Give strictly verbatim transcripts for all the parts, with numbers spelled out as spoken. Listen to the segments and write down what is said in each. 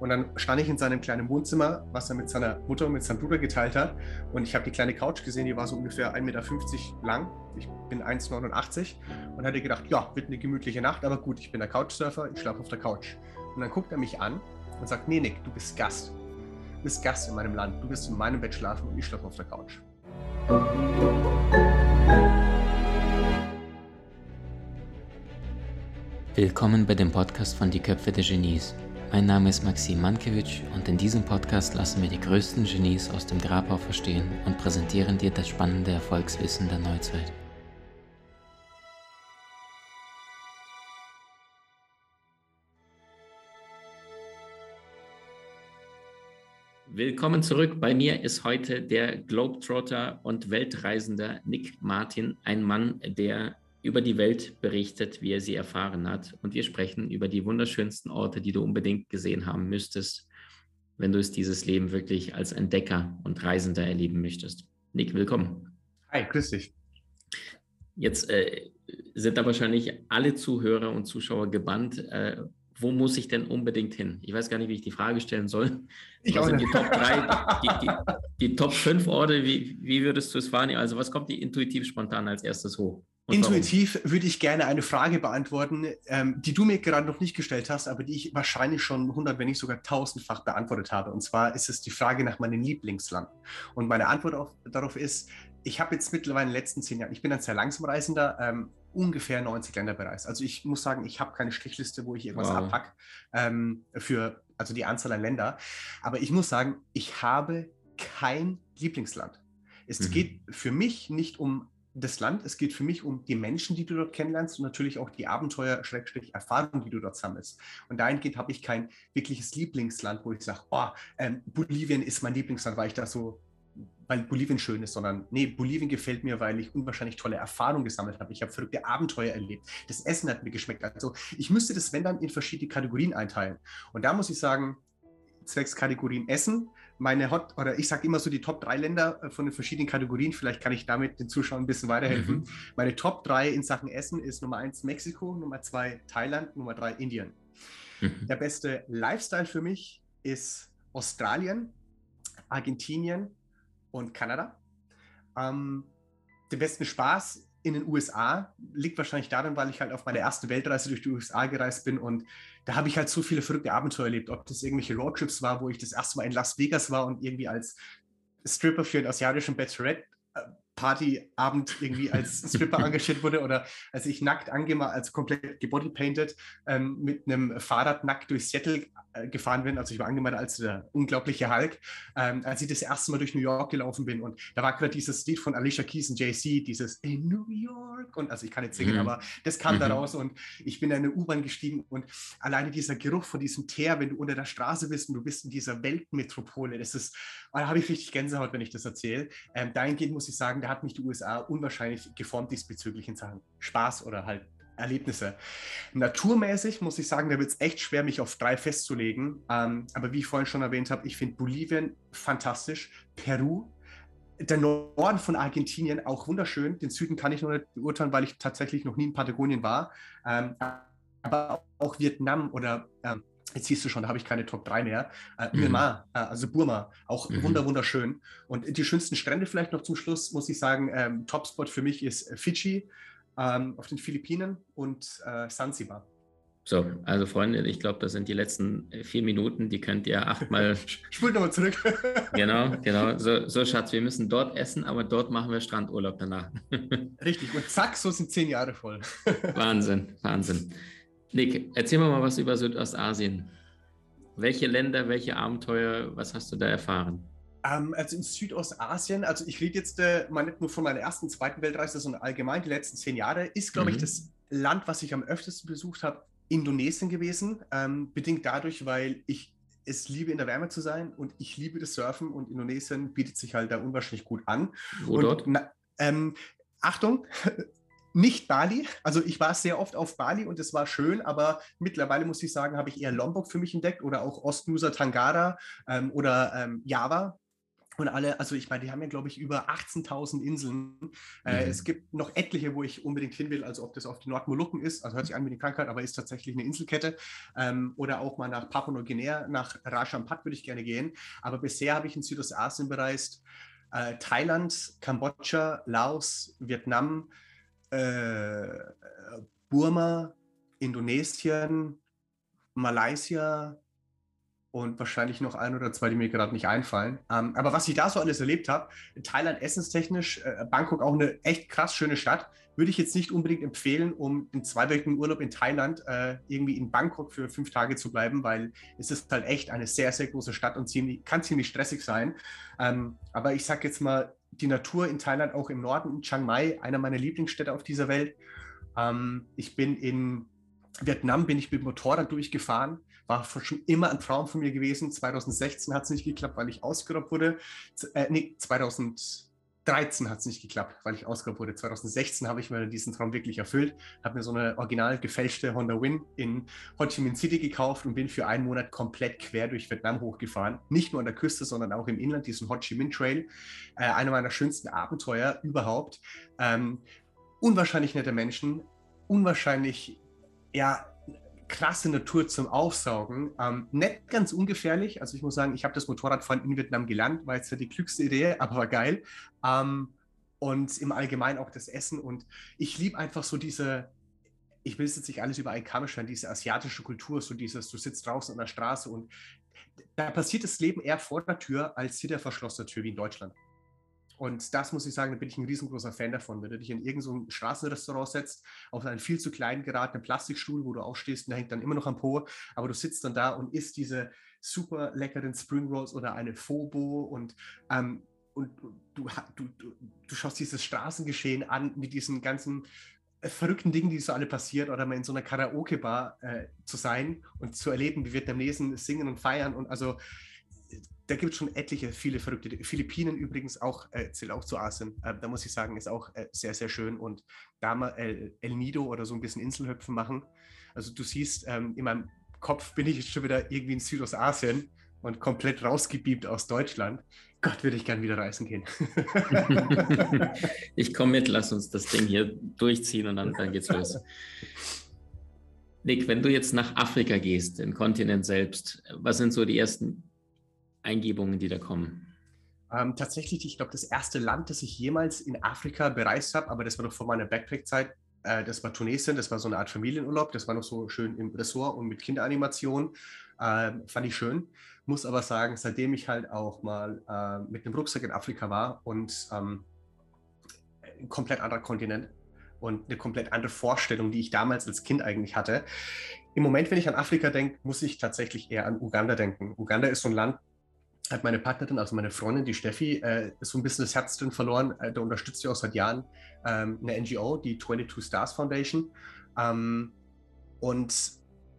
Und dann stand ich in seinem kleinen Wohnzimmer, was er mit seiner Mutter und mit seinem Bruder geteilt hat. Und ich habe die kleine Couch gesehen, die war so ungefähr ein Meter fünfzig lang. Ich bin eins Komma neunundachtzig und hatte gedacht, ja, wird eine gemütliche Nacht, aber gut, ich bin der Couchsurfer, ich schlafe auf der Couch. Und dann guckt er mich an und sagt, nee, Nick, du bist Gast. Du bist Gast in meinem Land, du wirst in meinem Bett schlafen und ich schlafe auf der Couch. Willkommen bei dem Podcast von Die Köpfe der Genies. Mein Name ist Maxim Mankewitsch und in diesem Podcast lassen wir die größten Genies aus dem Grabau verstehen und präsentieren dir das spannende Erfolgswissen der Neuzeit. Willkommen zurück. Bei mir ist heute der Globetrotter und Weltreisender Nick Martin, ein Mann, der über die Welt berichtet, wie er sie erfahren hat. Und wir sprechen über die wunderschönsten Orte, die du unbedingt gesehen haben müsstest, wenn du es dieses Leben wirklich als Entdecker und Reisender erleben möchtest. Nick, willkommen. Hi, grüß dich. Jetzt äh, sind da wahrscheinlich alle Zuhörer und Zuschauer gebannt. Äh, wo muss ich denn unbedingt hin? Ich weiß gar nicht, wie ich die Frage stellen soll. Ich was auch sind nicht. die Top drei, die, die, die Top fünf Orte? Wie, wie würdest du es wahrnehmen? Also was kommt dir intuitiv spontan als erstes hoch? Und Intuitiv warum? Würde ich gerne eine Frage beantworten, ähm, die du mir gerade noch nicht gestellt hast, aber die ich wahrscheinlich schon hundert, wenn nicht sogar tausendfach beantwortet habe. Und zwar ist es die Frage nach meinem Lieblingsland. Und meine Antwort auf, darauf ist, ich habe jetzt mittlerweile in den letzten zehn Jahren, ich bin ein sehr langsam Reisender, ähm, ungefähr neunzig Länder bereist. Also ich muss sagen, ich habe keine Strichliste, wo ich irgendwas wow. abpacke ähm, für also die Anzahl an Länder. Aber ich muss sagen, ich habe kein Lieblingsland. Es mhm. geht für mich nicht um das Land, es geht für mich um die Menschen, die du dort kennenlernst und natürlich auch die Abenteuer-Erfahrungen, die du dort sammelst. Und dahingehend habe ich kein wirkliches Lieblingsland, wo ich sage, oh, ähm, Bolivien ist mein Lieblingsland, weil ich da so, weil Bolivien schön ist, sondern nee, Bolivien gefällt mir, weil ich unwahrscheinlich tolle Erfahrungen gesammelt habe. Ich habe verrückte Abenteuer erlebt. Das Essen hat mir geschmeckt. Also ich müsste das, wenn dann, in verschiedene Kategorien einteilen. Und da muss ich sagen, zwecks Kategorien Essen, meine Hot, oder ich sage immer so die Top drei Länder von den verschiedenen Kategorien, vielleicht kann ich damit den Zuschauern ein bisschen weiterhelfen. Mhm. Meine Top drei in Sachen Essen ist Nummer eins Mexiko, Nummer zwei Thailand, Nummer drei Indien. Mhm. Der beste Lifestyle für mich ist Australien, Argentinien und Kanada. Ähm, den besten Spaß in den U S A liegt wahrscheinlich daran, weil ich halt auf meiner ersten Weltreise durch die U S A gereist bin und da habe ich halt so viele verrückte Abenteuer erlebt, ob das irgendwelche Roadtrips war, wo ich das erste Mal in Las Vegas war und irgendwie als Stripper für einen asiatischen Bachelorette Partyabend irgendwie als Stripper engagiert wurde oder als ich nackt angemalt, also komplett gebodypainted ähm, mit einem Fahrrad nackt durch Seattle äh, gefahren bin, also ich war angemalt als der unglaubliche Hulk, ähm, als ich das erste Mal durch New York gelaufen bin und da war gerade dieses Lied von Alicia Keys und Jay-Z, dieses In New York und also ich kann nicht singen, mhm. aber das kam mhm. da raus und ich bin in eine U-Bahn gestiegen und alleine dieser Geruch von diesem Teer, wenn du unter der Straße bist und du bist in dieser Weltmetropole, das ist, da habe ich richtig Gänsehaut, wenn ich das erzähle. Ähm, dahingehend muss ich sagen, da hat mich die U S A unwahrscheinlich geformt diesbezüglich in Sachen Spaß oder halt Erlebnisse. Naturmäßig muss ich sagen, da wird es echt schwer, mich auf drei festzulegen. Ähm, aber wie ich vorhin schon erwähnt habe, ich finde Bolivien fantastisch, Peru, der Norden von Argentinien auch wunderschön. Den Süden kann ich noch nicht beurteilen, weil ich tatsächlich noch nie in Patagonien war. Ähm, aber auch Vietnam oder ähm, jetzt siehst du schon, da habe ich keine Top drei mehr. Äh, Myanmar, mhm. äh, also Burma, auch mhm. wunder, wunderschön. Und die schönsten Strände vielleicht noch zum Schluss, muss ich sagen, ähm, Topspot für mich ist Fidschi ähm, auf den Philippinen und äh, Sansibar. So, also Freunde, ich glaube, das sind die letzten vier Minuten, die könnt ihr achtmal... Spult nochmal zurück. Genau, genau. So, so, Schatz, wir müssen dort essen, aber dort machen wir Strandurlaub danach. Richtig, und zack, so sind zehn Jahre voll. Wahnsinn, Wahnsinn. Nick, erzähl mir mal was über Südostasien. Welche Länder, welche Abenteuer, was hast du da erfahren? Um, also in Südostasien, also ich rede jetzt äh, mal nicht nur von meiner ersten, zweiten Weltreise, sondern allgemein die letzten zehn Jahre, ist, glaube mhm. ich, das Land, was ich am öftesten besucht habe, Indonesien gewesen. Ähm, bedingt dadurch, weil ich es liebe, in der Wärme zu sein und ich liebe das Surfen und Indonesien bietet sich halt da unwahrscheinlich gut an. Wo und, dort? Na, ähm, Achtung! Nicht Bali, also ich war sehr oft auf Bali und es war schön, aber mittlerweile muss ich sagen, habe ich eher Lombok für mich entdeckt oder auch Ostnusa Tenggara ähm, oder ähm, Java. Und alle, also ich meine, die haben ja, glaube ich, über achtzehntausend Inseln. Äh, es Mhm. gibt noch etliche, wo ich unbedingt hin will, also ob das auf die Nordmolukken ist, also hört sich an wie eine Krankheit, aber ist tatsächlich eine Inselkette. Ähm, oder auch mal nach Papua-Neuguinea, nach Raja-Ampat würde ich gerne gehen. Aber bisher habe ich in Südostasien bereist, äh, Thailand, Kambodscha, Laos, Vietnam, äh, Burma, Indonesien, Malaysia, und wahrscheinlich noch ein oder zwei, die mir gerade nicht einfallen. Ähm, aber was ich da so alles erlebt habe, Thailand essenstechnisch, äh, Bangkok auch eine echt krass schöne Stadt, würde ich jetzt nicht unbedingt empfehlen, um den zweiwöchigen Urlaub in Thailand äh, irgendwie in Bangkok für fünf Tage zu bleiben, weil es ist halt echt eine sehr, sehr große Stadt und ziemlich, kann ziemlich stressig sein. Ähm, aber ich sage jetzt mal, die Natur in Thailand, auch im Norden, in Chiang Mai, einer meiner Lieblingsstädte auf dieser Welt. Ähm, ich bin in Vietnam bin ich mit dem Motorrad durchgefahren, war schon immer ein Traum von mir gewesen. zwanzig sechzehn hat es nicht geklappt, weil ich ausgeraubt wurde. Äh, nee, zwanzig dreizehn hat es nicht geklappt, weil ich ausgeraubt wurde. zwanzig sechzehn habe ich mir diesen Traum wirklich erfüllt, habe mir so eine original gefälschte Honda Win in Ho Chi Minh City gekauft und bin für einen Monat komplett quer durch Vietnam hochgefahren. Nicht nur an der Küste, sondern auch im Inland, diesen Ho Chi Minh Trail. Äh, einer meiner schönsten Abenteuer überhaupt. Ähm, unwahrscheinlich nette Menschen, unwahrscheinlich, ja, krasse Natur zum Aufsaugen. Ähm, nicht ganz ungefährlich. Also ich muss sagen, ich habe das Motorradfahren in Vietnam gelernt, war jetzt nicht die klügste Idee, aber war geil. Ähm, und im Allgemeinen auch das Essen. Und ich liebe einfach so diese, ich will es jetzt nicht alles über einen Kamm scheren, diese asiatische Kultur, so dieses, du sitzt draußen an der Straße und da passiert das Leben eher vor der Tür als hinter verschlossener Tür wie in Deutschland. Und das muss ich sagen, da bin ich ein riesengroßer Fan davon. Wenn du dich in irgendein so Straßenrestaurant setzt, auf einen viel zu kleinen geratenen Plastikstuhl, wo du aufstehst und der hängt dann immer noch am Po, aber du sitzt dann da und isst diese super leckeren Spring Rolls oder eine Pho-Bo und, ähm, und du, du, du, du schaust dieses Straßengeschehen an mit diesen ganzen äh, verrückten Dingen, die so alle passiert, oder mal in so einer Karaoke-Bar äh, zu sein und zu erleben, wie Vietnamesen singen und feiern und also da gibt es schon etliche, viele verrückte. Philippinen übrigens auch, äh, zählt auch zu Asien. Äh, da muss ich sagen, ist auch äh, sehr, sehr schön. Und da mal El, El Nido oder so ein bisschen Inselhüpfen machen. Also du siehst, ähm, in meinem Kopf bin ich jetzt schon wieder irgendwie in Südostasien und komplett rausgebiebt aus Deutschland. Gott, würde ich gern wieder reisen gehen. Ich komme mit, lass uns das Ding hier durchziehen und dann, dann geht's los. Nick, wenn du jetzt nach Afrika gehst, den Kontinent selbst, was sind so die ersten Eingebungen, die da kommen? Ähm, tatsächlich, ich glaube, das erste Land, das ich jemals in Afrika bereist habe, aber das war noch vor meiner Backpack-Zeit, äh, das war Tunesien, das war so eine Art Familienurlaub, das war noch so schön im Ressort und mit Kinderanimation, äh, fand ich schön. Muss aber sagen, seitdem ich halt auch mal äh, mit einem Rucksack in Afrika war und ähm, ein komplett anderer Kontinent und eine komplett andere Vorstellung, die ich damals als Kind eigentlich hatte. Im Moment, wenn ich an Afrika denke, muss ich tatsächlich eher an Uganda denken. Uganda ist so ein Land, hat meine Partnerin, also meine Freundin, die Steffi, äh, so ein bisschen das Herz drin verloren. Äh, da unterstützt sie auch seit Jahren ähm, eine N G O, die zweiundzwanzig Stars Foundation. Ähm, und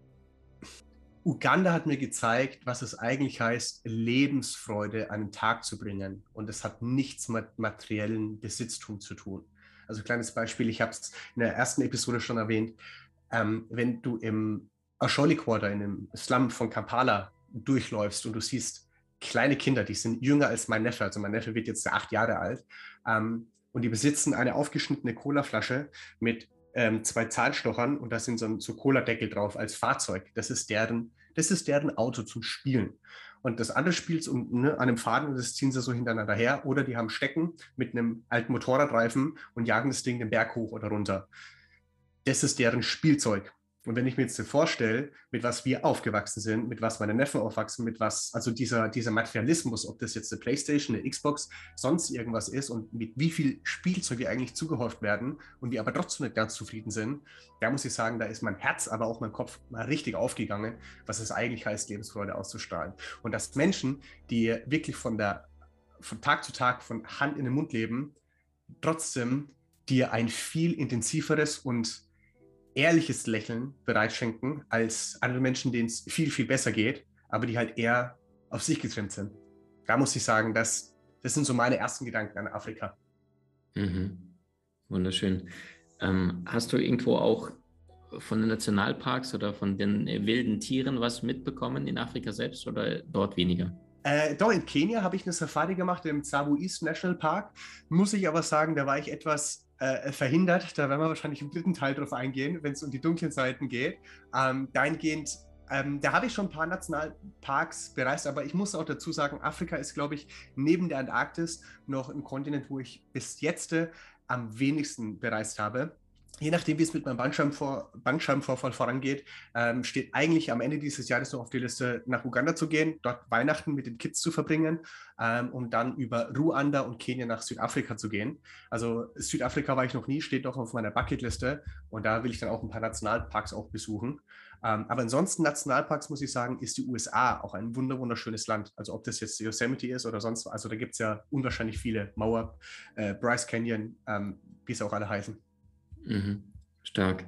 Uganda hat mir gezeigt, was es eigentlich heißt, Lebensfreude an den Tag zu bringen. Und es hat nichts mit materiellen Besitztum zu tun. Also kleines Beispiel, ich habe es in der ersten Episode schon erwähnt, ähm, wenn du im Asholi Quarter, in dem Slum von Kampala durchläufst und du siehst kleine Kinder, die sind jünger als mein Neffe, also mein Neffe wird jetzt acht Jahre alt, ähm, und die besitzen eine aufgeschnittene Colaflasche mit ähm, zwei Zahnstochern und da sind so, so Cola-Deckel drauf als Fahrzeug. Das ist deren, das ist deren Auto zum Spielen. Und das andere spielt um, ne, an einem Faden und das ziehen sie so hintereinander her. Oder die haben Stecken mit einem alten Motorradreifen und jagen das Ding den Berg hoch oder runter. Das ist deren Spielzeug. Und wenn ich mir jetzt vorstelle, mit was wir aufgewachsen sind, mit was meine Neffen aufwachsen, mit was, also dieser, dieser Materialismus, ob das jetzt eine Playstation, eine Xbox, sonst irgendwas ist und mit wie viel Spielzeug wir eigentlich zugehäuft werden und wir aber trotzdem nicht ganz zufrieden sind, da muss ich sagen, da ist mein Herz, aber auch mein Kopf mal richtig aufgegangen, was es eigentlich heißt, Lebensfreude auszustrahlen. Und dass Menschen, die wirklich von der, von Tag zu Tag von Hand in den Mund leben, trotzdem dir ein viel intensiveres und ehrliches Lächeln bereitschenken als andere Menschen, denen es viel, viel besser geht, aber die halt eher auf sich getrimmt sind. Da muss ich sagen, das, das sind so meine ersten Gedanken an Afrika. Mhm. Wunderschön. Ähm, hast du irgendwo auch von den Nationalparks oder von den wilden Tieren was mitbekommen in Afrika selbst oder dort weniger? Äh, doch, in Kenia habe ich eine Safari gemacht im Tsavo East National Park. Muss ich aber sagen, da war ich etwas äh, verhindert. Da werden wir wahrscheinlich im dritten Teil drauf eingehen, wenn es um die dunklen Seiten geht. Ähm, dahingehend, ähm, da habe ich schon ein paar Nationalparks bereist, aber ich muss auch dazu sagen, Afrika ist, glaube ich, neben der Antarktis noch ein Kontinent, wo ich bis jetzt äh, am wenigsten bereist habe. Je nachdem, wie es mit meinem Bandscheibenvor Bandscheibenvorfall vorangeht, ähm, steht eigentlich am Ende dieses Jahres noch auf die Liste, nach Uganda zu gehen, dort Weihnachten mit den Kids zu verbringen, ähm, um dann über Ruanda und Kenia nach Südafrika zu gehen. Also Südafrika war ich noch nie, steht noch auf meiner Bucketliste und da will ich dann auch ein paar Nationalparks auch besuchen. Ähm, aber ansonsten Nationalparks, muss ich sagen, ist die U S A auch ein wunder wunderschönes Land. Also ob das jetzt Yosemite ist oder sonst was, also da gibt es ja unwahrscheinlich viele Mauer, äh, Bryce Canyon, ähm, wie es auch alle heißen. Mhm. Stark.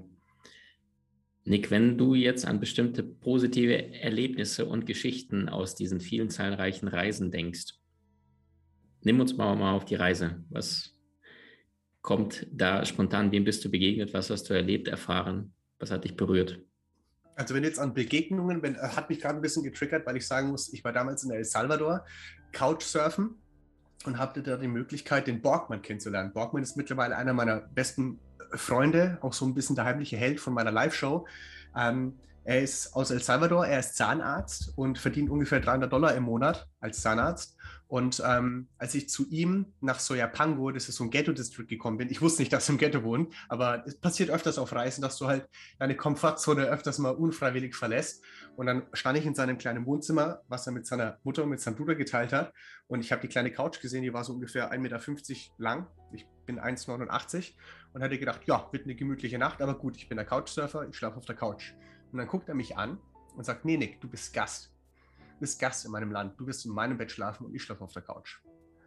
Nick, wenn du jetzt an bestimmte positive Erlebnisse und Geschichten aus diesen vielen zahlreichen Reisen denkst, nimm uns mal, mal auf die Reise. Was kommt da spontan? Wem bist du begegnet? Was hast du erlebt, erfahren? Was hat dich berührt? Also wenn jetzt an Begegnungen, wenn, hat mich gerade ein bisschen getriggert, weil ich sagen muss, ich war damals in El Salvador, Couchsurfen und hatte da die Möglichkeit, den Borgmann kennenzulernen. Borgmann ist mittlerweile einer meiner besten Freunde, auch so ein bisschen der heimliche Held von meiner Live-Show. Ähm, er ist aus El Salvador, er ist Zahnarzt und verdient ungefähr dreihundert Dollar im Monat als Zahnarzt. Und ähm, als ich zu ihm nach Soyapango, das ist so ein Ghetto-District, gekommen bin, ich wusste nicht, dass er im Ghetto wohnt, aber es passiert öfters auf Reisen, dass du halt deine Komfortzone öfters mal unfreiwillig verlässt. Und dann stand ich in seinem kleinen Wohnzimmer, was er mit seiner Mutter und mit seinem Bruder geteilt hat. Und ich habe die kleine Couch gesehen, die war so ungefähr ein Meter fünfzig lang. Ich bin eins Komma neunundachtzig und hatte gedacht, ja, wird eine gemütliche Nacht, aber gut, ich bin der Couchsurfer, ich schlafe auf der Couch. Und dann guckt er mich an und sagt, nee, Nick, du bist Gast. Du bist Gast in meinem Land. Du wirst in meinem Bett schlafen und ich schlafe auf der Couch.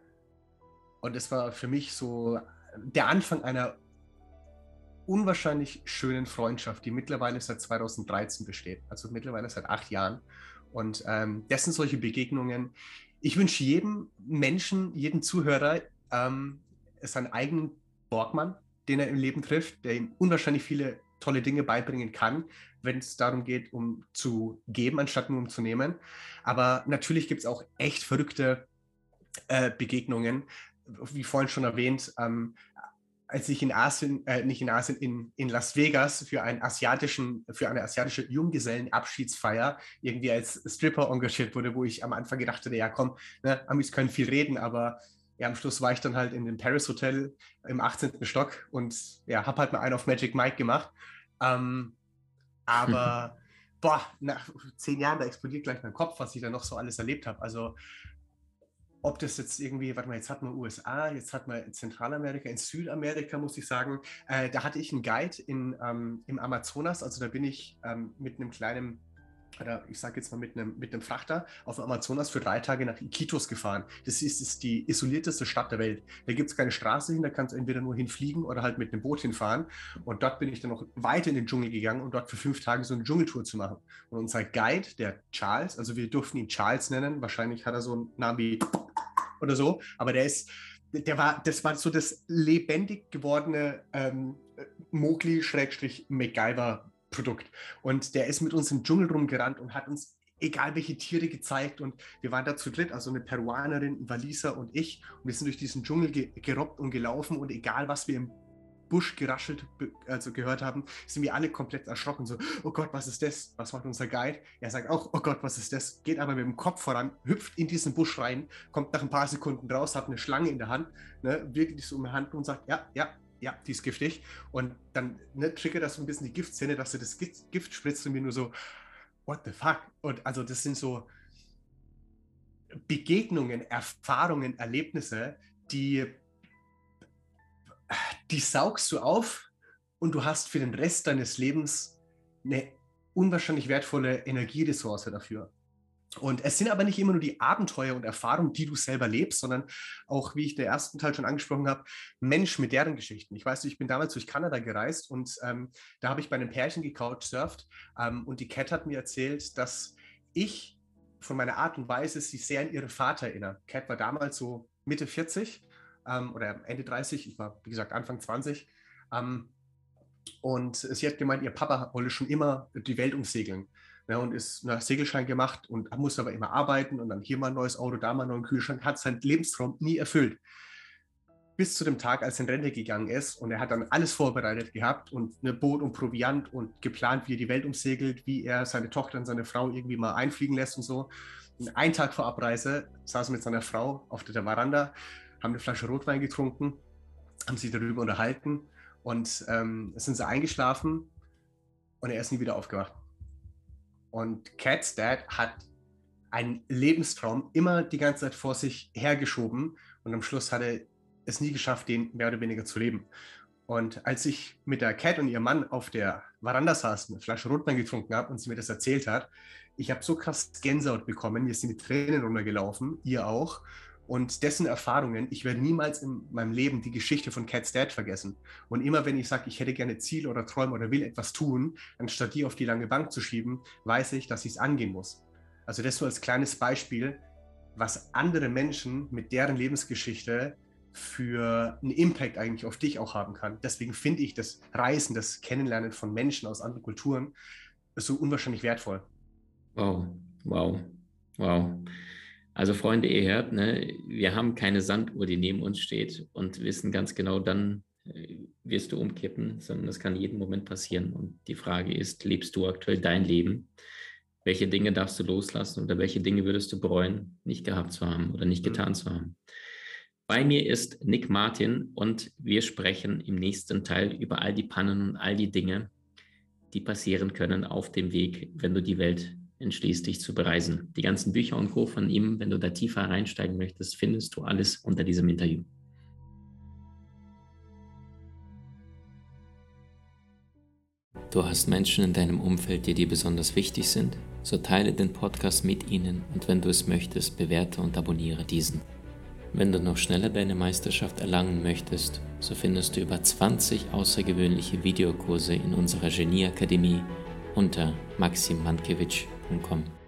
Und es war für mich so der Anfang einer unwahrscheinlich schönen Freundschaft, die mittlerweile seit zweitausenddreizehn besteht, also mittlerweile seit acht Jahren. Und ähm, das sind solche Begegnungen. Ich wünsche jedem Menschen, jedem Zuhörer ähm, seinen eigenen Borgmann, den er im Leben trifft, der ihm unwahrscheinlich viele tolle Dinge beibringen kann, wenn es darum geht, um zu geben, anstatt nur um zu nehmen. Aber natürlich gibt es auch echt verrückte äh, Begegnungen, wie vorhin schon erwähnt. Ähm, als ich in Asien, äh, nicht in Asien, in, in Las Vegas für einen asiatischen, für eine asiatische Junggesellenabschiedsfeier irgendwie als Stripper engagiert wurde, wo ich am Anfang gedacht hatte, ja komm, ne, Amis können viel reden, aber ja, am Schluss war ich dann halt in dem Paris Hotel im achtzehnten Stock und ja, hab halt mal einen auf Magic Mike gemacht. Ähm, aber boah, nach zehn Jahren, da explodiert gleich mein Kopf, was ich da noch so alles erlebt habe. Also ob das jetzt irgendwie, warte mal, jetzt hat man U S A, jetzt hat man Zentralamerika, in Südamerika muss ich sagen, äh, da hatte ich einen Guide in, ähm, im Amazonas, also da bin ich ähm, mit einem kleinen, oder ich sage jetzt mal mit einem, mit einem Frachter auf dem Amazonas für drei Tage nach Iquitos gefahren. Das ist, ist die isolierteste Stadt der Welt. Da gibt es keine Straße hin, da kannst du entweder nur hinfliegen oder halt mit einem Boot hinfahren. Und dort bin ich dann noch weiter in den Dschungel gegangen, um dort für fünf Tage so eine Dschungeltour zu machen. Und unser Guide, der Charles, also wir durften ihn Charles nennen, wahrscheinlich hat er so einen Namen wie oder so, aber der ist, der war, das war so das lebendig gewordene ähm, Mowgli-MacGyver-Produkt. Und der ist mit uns im Dschungel rumgerannt und hat uns egal welche Tiere gezeigt und wir waren da zu dritt, also eine Peruanerin, ein Waliser und ich und wir sind durch diesen Dschungel ge gerobbt und gelaufen und egal was wir im Busch geraschelt, also gehört haben, sind wir alle komplett erschrocken. So, oh Gott, was ist das? Was macht unser Guide? Er sagt auch, oh Gott, was ist das? Geht aber mit dem Kopf voran, hüpft in diesen Busch rein, kommt nach ein paar Sekunden raus, hat eine Schlange in der Hand, ne, wirklich so in der Hand und sagt, ja, ja, ja, die ist giftig. Und dann ne, triggert das so ein bisschen die Giftzähne, dass du das Gift spritzt und mir nur so, what the fuck? Und also das sind so Begegnungen, Erfahrungen, Erlebnisse, die die saugst du auf und du hast für den Rest deines Lebens eine unwahrscheinlich wertvolle Energieressource dafür. Und es sind aber nicht immer nur die Abenteuer und Erfahrungen, die du selber lebst, sondern auch, wie ich den ersten Teil schon angesprochen habe, Mensch mit deren Geschichten. Ich weiß, ich bin damals durch Kanada gereist und ähm, da habe ich bei einem Pärchen gecouchsurft ähm, und die Cat hat mir erzählt, dass ich von meiner Art und Weise sie sehr an ihren Vater erinnere. Cat war damals so Mitte vierzig ähm, oder Ende dreißig, ich war, wie gesagt, Anfang zwanzig. Ähm, und sie hat gemeint, ihr Papa wolle schon immer die Welt umsegeln. Ne, und ist einen Segelschein gemacht und musste aber immer arbeiten und dann hier mal ein neues Auto, da mal einen neuen Kühlschrank, hat seinen Lebenstraum nie erfüllt. Bis zu dem Tag, als er in Rente gegangen ist und er hat dann alles vorbereitet gehabt und eine Boot und Proviant und geplant, wie er die Welt umsegelt, wie er seine Tochter und seine Frau irgendwie mal einfliegen lässt und so. Und einen Tag vor Abreise saß er mit seiner Frau auf der Veranda, haben eine Flasche Rotwein getrunken, haben sich darüber unterhalten und ähm, sind sie eingeschlafen und er ist nie wieder aufgewacht. Und Cats Dad hat einen Lebenstraum immer die ganze Zeit vor sich hergeschoben und am Schluss hat er es nie geschafft, den mehr oder weniger zu leben. Und als ich mit der Cat und ihrem Mann auf der Veranda saß, eine Flasche Rotwein getrunken habe und sie mir das erzählt hat, ich habe so krass Gänsehaut bekommen, mir sind die Tränen runtergelaufen, ihr auch. Und dessen Erfahrungen, ich werde niemals in meinem Leben die Geschichte von Cat's Dad vergessen. Und immer wenn ich sage, ich hätte gerne Ziel oder Träume oder will etwas tun, anstatt die auf die lange Bank zu schieben, weiß ich, dass ich es angehen muss. Also das so als kleines Beispiel, was andere Menschen mit deren Lebensgeschichte für einen Impact eigentlich auf dich auch haben kann. Deswegen finde ich das Reisen, das Kennenlernen von Menschen aus anderen Kulturen so unwahrscheinlich wertvoll. Wow, wow, wow. Also Freunde, ihr hört, ne, wir haben keine Sanduhr, die neben uns steht und wissen ganz genau, dann äh, wirst du umkippen, sondern das kann jeden Moment passieren. Und die Frage ist, lebst du aktuell dein Leben? Welche Dinge darfst du loslassen oder welche Dinge würdest du bereuen, nicht gehabt zu haben oder nicht getan zu haben? Bei mir ist Nick Martin und wir sprechen im nächsten Teil über all die Pannen und all die Dinge, die passieren können auf dem Weg, wenn du die Welt entschließt, dich zu bereisen. Die ganzen Bücher und Co. von ihm, wenn du da tiefer reinsteigen möchtest, findest du alles unter diesem Interview. Du hast Menschen in deinem Umfeld, die dir besonders wichtig sind? So teile den Podcast mit ihnen und wenn du es möchtest, bewerte und abonniere diesen. Wenn du noch schneller deine Meisterschaft erlangen möchtest, so findest du über zwanzig außergewöhnliche Videokurse in unserer Genieakademie unter maxim mankiewicz punkt com.